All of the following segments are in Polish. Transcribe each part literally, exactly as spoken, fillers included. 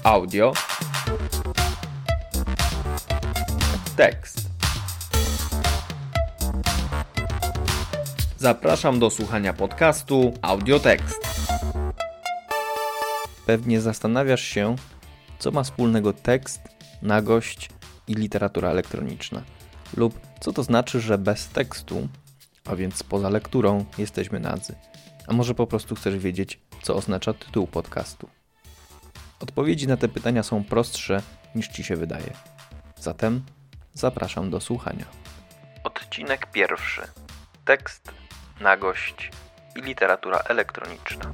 Audio. Tekst. Zapraszam do słuchania podcastu Audiotekst. Pewnie zastanawiasz się, co ma wspólnego tekst, nagość i literatura elektroniczna. Lub co to znaczy, że bez tekstu, a więc poza lekturą, jesteśmy nadzy. A może po prostu chcesz wiedzieć, co oznacza tytuł podcastu. Odpowiedzi na te pytania są prostsze, niż Ci się wydaje. Zatem zapraszam do słuchania. Odcinek pierwszy. Tekst, nagość i literatura elektroniczna.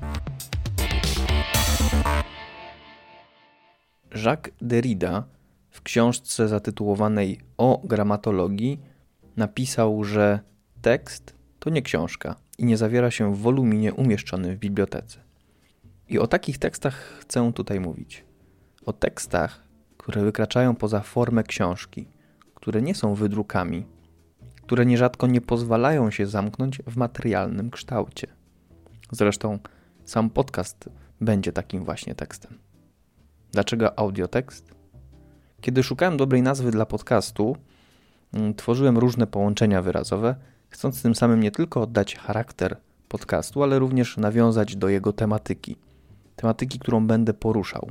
Jacques Derrida w książce zatytułowanej O gramatologii napisał, że tekst to nie książka i nie zawiera się w woluminie umieszczonym w bibliotece. I o takich tekstach chcę tutaj mówić. O tekstach, które wykraczają poza formę książki, które nie są wydrukami, które nierzadko nie pozwalają się zamknąć w materialnym kształcie. Zresztą sam podcast będzie takim właśnie tekstem. Dlaczego audiotekst? Kiedy szukałem dobrej nazwy dla podcastu, tworzyłem różne połączenia wyrazowe, chcąc tym samym nie tylko oddać charakter podcastu, ale również nawiązać do jego tematyki. Tematyki, którą będę poruszał.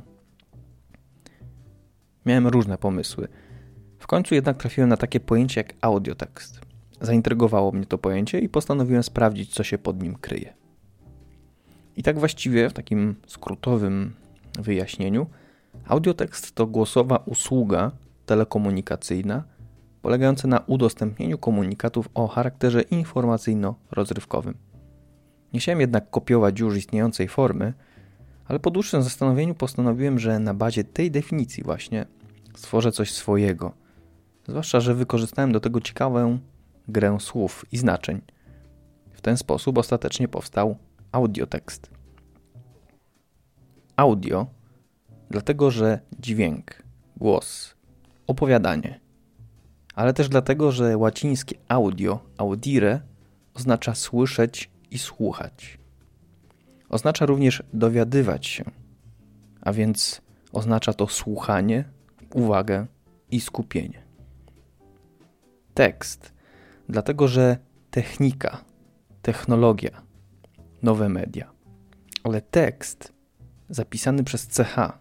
Miałem różne pomysły. W końcu jednak trafiłem na takie pojęcie jak audiotekst. Zaintrygowało mnie to pojęcie i postanowiłem sprawdzić, co się pod nim kryje. I tak właściwie w takim skrótowym wyjaśnieniu, audiotekst to głosowa usługa telekomunikacyjna polegająca na udostępnieniu komunikatów o charakterze informacyjno-rozrywkowym. Nie chciałem jednak kopiować już istniejącej formy, ale po dłuższym zastanowieniu postanowiłem, że na bazie tej definicji właśnie stworzę coś swojego. Zwłaszcza, że wykorzystałem do tego ciekawą grę słów i znaczeń. W ten sposób ostatecznie powstał audiotekst. Audio, dlatego że dźwięk, głos, opowiadanie. Ale też dlatego, że łacińskie audio, audire, oznacza słyszeć i słuchać. Oznacza również dowiadywać się, a więc oznacza to słuchanie, uwagę i skupienie. Tekst, dlatego że technika, technologia, nowe media. Ale tekst zapisany przez ch,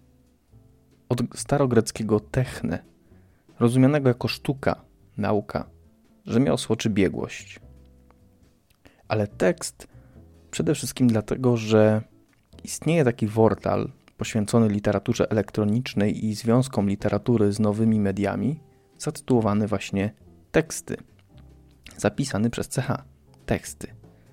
od starogreckiego techne, rozumianego jako sztuka, nauka, rzemiosło czy biegłość. Ale tekst przede wszystkim dlatego, że istnieje taki portal poświęcony literaturze elektronicznej i związkom literatury z nowymi mediami, zatytułowany właśnie Teksty, zapisany przez ch, teksty.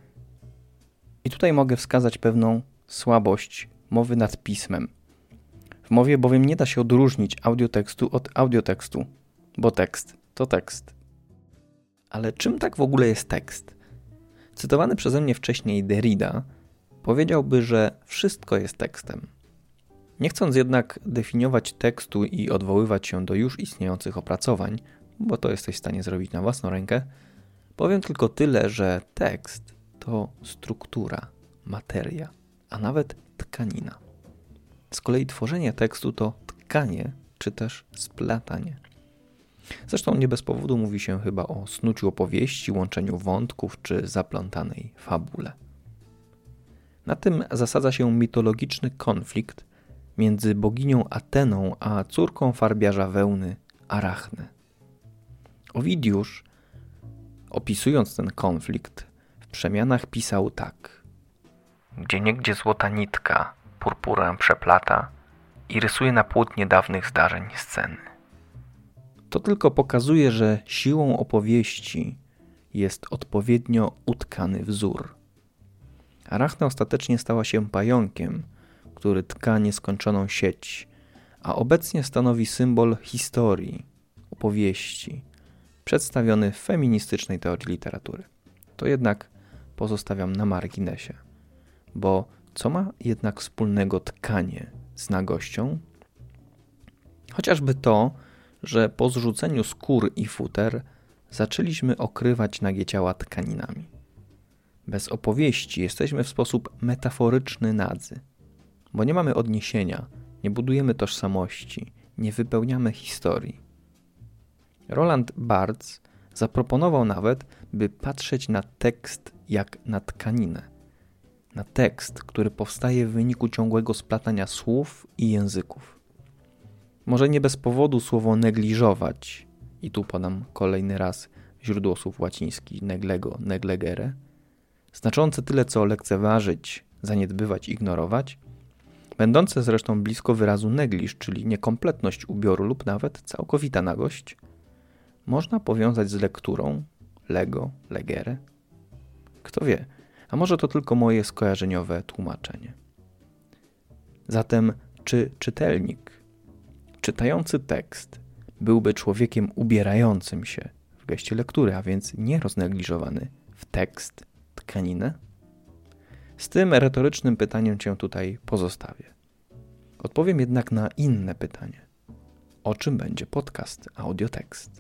I tutaj mogę wskazać pewną słabość mowy nad pismem. W mowie bowiem nie da się odróżnić audiotekstu od audiotekstu, bo tekst to tekst. Ale czym tak w ogóle jest tekst? Cytowany przeze mnie wcześniej Derrida powiedziałby, że wszystko jest tekstem. Nie chcąc jednak definiować tekstu i odwoływać się do już istniejących opracowań, bo to jesteś w stanie zrobić na własną rękę, powiem tylko tyle, że tekst to struktura, materia, a nawet tkanina. Z kolei tworzenie tekstu to tkanie, czy też splatanie. Zresztą nie bez powodu mówi się chyba o snuciu opowieści, łączeniu wątków czy zaplątanej fabule. Na tym zasadza się mitologiczny konflikt między boginią Ateną a córką farbiarza wełny Arachne. Owidiusz, opisując ten konflikt, w przemianach pisał tak. Gdzieniegdzie złota nitka purpurę przeplata i rysuje na płótnie dawnych zdarzeń sceny. To tylko pokazuje, że siłą opowieści jest odpowiednio utkany wzór. Arachne ostatecznie stała się pająkiem, który tka nieskończoną sieć, a obecnie stanowi symbol historii, opowieści, przedstawiony w feministycznej teorii literatury. To jednak pozostawiam na marginesie, bo co ma jednak wspólnego tkanie z nagością? Chociażby to, że po zrzuceniu skór i futer zaczęliśmy okrywać nagie ciała tkaninami. Bez opowieści jesteśmy w sposób metaforyczny nadzy, bo nie mamy odniesienia, nie budujemy tożsamości, nie wypełniamy historii. Roland Barthes zaproponował nawet, by patrzeć na tekst jak na tkaninę. Na tekst, który powstaje w wyniku ciągłego splatania słów i języków. Może nie bez powodu słowo negliżować, i tu podam kolejny raz źródło słów łacińskich neglego, neglegere, znaczące tyle co lekceważyć, zaniedbywać, ignorować, będące zresztą blisko wyrazu negliż, czyli niekompletność ubioru lub nawet całkowita nagość, można powiązać z lekturą, lego, legere. Kto wie, a może to tylko moje skojarzeniowe tłumaczenie. Zatem czy czytelnik, czytający tekst byłby człowiekiem ubierającym się w geście lektury, a więc nie roznegliżowany w tekst, tkaninę? Z tym retorycznym pytaniem Cię tutaj pozostawię. Odpowiem jednak na inne pytanie. O czym będzie podcast Audiotekst?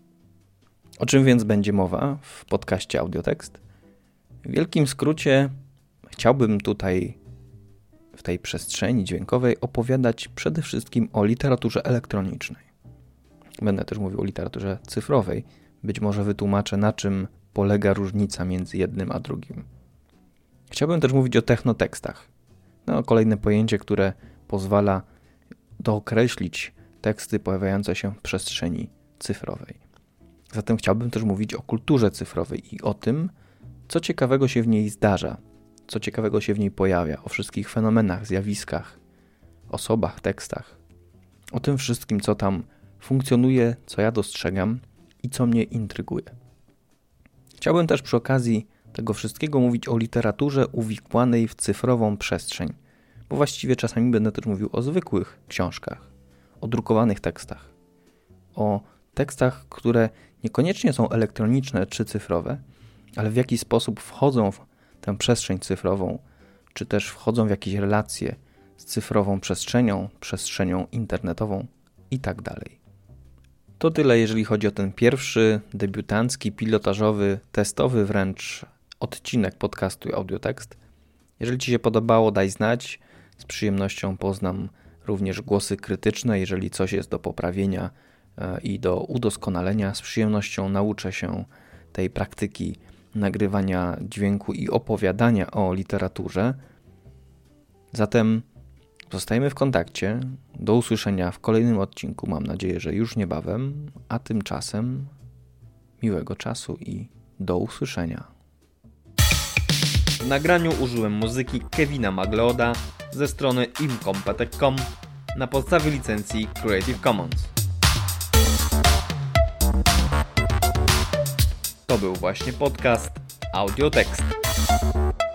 O czym więc będzie mowa w podcaście Audiotekst? W wielkim skrócie chciałbym tutaj w tej przestrzeni dźwiękowej opowiadać przede wszystkim o literaturze elektronicznej. Będę też mówił o literaturze cyfrowej. Być może wytłumaczę, na czym polega różnica między jednym a drugim. Chciałbym też mówić o technotekstach. No, kolejne pojęcie, które pozwala dookreślić teksty pojawiające się w przestrzeni cyfrowej. Zatem chciałbym też mówić o kulturze cyfrowej i o tym, co ciekawego się w niej zdarza, co ciekawego się w niej pojawia, o wszystkich fenomenach, zjawiskach, osobach, tekstach. O tym wszystkim, co tam funkcjonuje, co ja dostrzegam i co mnie intryguje. Chciałbym też przy okazji tego wszystkiego mówić o literaturze uwikłanej w cyfrową przestrzeń, bo właściwie czasami będę też mówił o zwykłych książkach, o drukowanych tekstach, o tekstach, które niekoniecznie są elektroniczne czy cyfrowe, ale w jaki sposób wchodzą w tę przestrzeń cyfrową, czy też wchodzą w jakieś relacje z cyfrową przestrzenią, przestrzenią internetową i tak dalej. To tyle, jeżeli chodzi o ten pierwszy, debiutancki, pilotażowy, testowy wręcz odcinek podcastu Audiotekst. Jeżeli Ci się podobało, daj znać. Z przyjemnością poznam również głosy krytyczne. Jeżeli coś jest do poprawienia i do udoskonalenia, z przyjemnością nauczę się tej praktyki nagrywania dźwięku i opowiadania o literaturze. Zatem zostajemy w kontakcie. Do usłyszenia w kolejnym odcinku. Mam nadzieję, że już niebawem, a tymczasem miłego czasu i do usłyszenia. W nagraniu użyłem muzyki Kevina Magleoda ze strony incompetech kropka com na podstawie licencji Creative Commons. To był właśnie podcast Audiotekst.